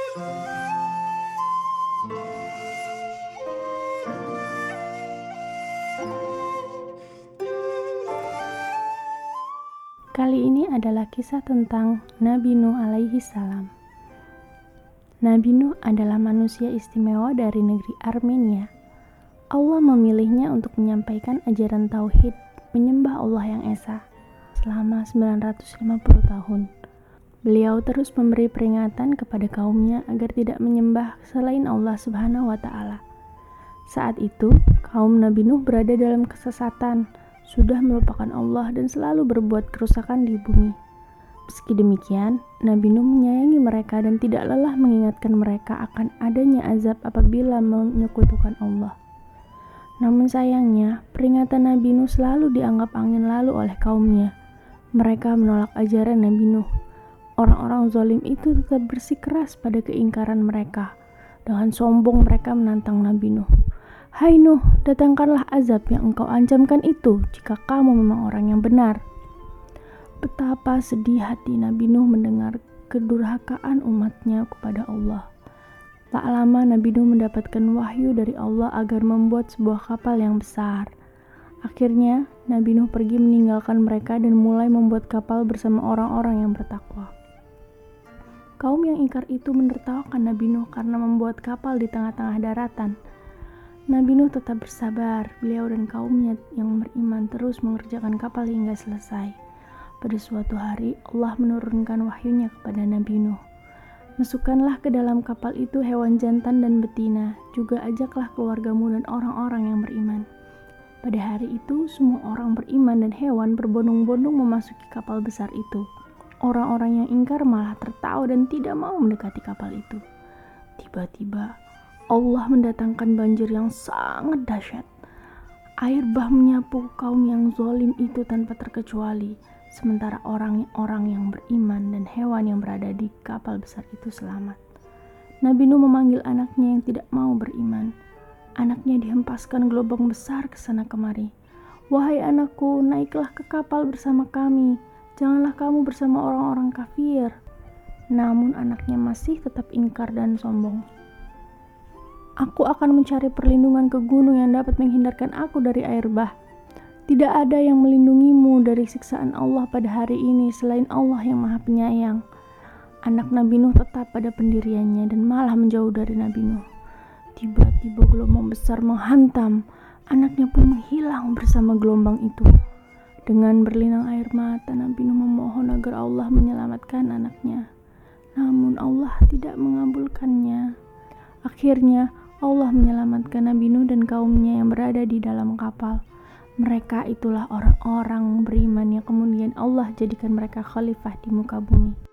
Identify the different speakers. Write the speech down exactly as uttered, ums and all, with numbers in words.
Speaker 1: Kali ini adalah kisah tentang Nabi Nuh alaihi salam. Nabi Nuh adalah manusia istimewa dari negeri Armenia. Allah memilihnya untuk menyampaikan ajaran tauhid, menyembah Allah yang esa, selama sembilan ratus lima puluh tahun. Beliau terus memberi peringatan kepada kaumnya agar tidak menyembah selain Allah Subhanahu wa Ta'ala. Saat itu, kaum Nabi Nuh berada dalam kesesatan, sudah melupakan Allah dan selalu berbuat kerusakan di bumi. Meski demikian, Nabi Nuh menyayangi mereka dan tidak lelah mengingatkan mereka akan adanya azab apabila menyekutukan Allah. Namun sayangnya, peringatan Nabi Nuh selalu dianggap angin lalu oleh kaumnya. Mereka menolak ajaran Nabi Nuh. Orang-orang zalim itu tetap bersikeras pada keingkaran mereka. Dengan sombong mereka menantang Nabi Nuh. "Hai Nuh, datangkanlah azab yang engkau ancamkan itu jika kamu memang orang yang benar." Betapa sedih hati Nabi Nuh mendengar kedurhakaan umatnya kepada Allah. Tak lama Nabi Nuh mendapatkan wahyu dari Allah agar membuat sebuah kapal yang besar. Akhirnya Nabi Nuh pergi meninggalkan mereka dan mulai membuat kapal bersama orang-orang yang bertakwa. Kaum yang ingkar itu menertawakan Nabi Nuh karena membuat kapal di tengah-tengah daratan. Nabi Nuh tetap bersabar. Beliau dan kaumnya yang beriman terus mengerjakan kapal hingga selesai. Pada suatu hari, Allah menurunkan wahyunya kepada Nabi Nuh. "Masukkanlah ke dalam kapal itu hewan jantan dan betina, juga ajaklah keluargamu dan orang-orang yang beriman." Pada hari itu, semua orang beriman dan hewan berbondong-bondong memasuki kapal besar itu. Orang-orang yang ingkar malah tertawa dan tidak mau mendekati kapal itu. Tiba-tiba, Allah mendatangkan banjir yang sangat dahsyat. Air bah menyapu kaum yang zalim itu tanpa terkecuali, sementara orang-orang yang beriman dan hewan yang berada di kapal besar itu selamat. Nabi Nuh memanggil anaknya yang tidak mau beriman. Anaknya dihempaskan gelombang besar ke sana kemari. "Wahai anakku, naiklah ke kapal bersama kami. Janganlah kamu bersama orang-orang kafir." Namun anaknya masih tetap ingkar dan sombong. "Aku akan mencari perlindungan ke gunung yang dapat menghindarkan aku dari air bah. Tidak ada yang melindungimu dari siksaan Allah pada hari ini selain Allah yang Maha Penyayang." Anak Nabi Nuh tetap pada pendiriannya dan malah menjauh dari Nabi Nuh. Tiba-tiba gelombang besar menghantam. Anaknya pun menghilang bersama gelombang itu. Dengan berlinang air mata, Nabi Nuh memohon agar Allah menyelamatkan anaknya. Namun Allah tidak mengabulkannya. Akhirnya Allah menyelamatkan Nabi Nuh dan kaumnya yang berada di dalam kapal. Mereka itulah orang-orang beriman yang kemudian Allah jadikan mereka khalifah di muka bumi.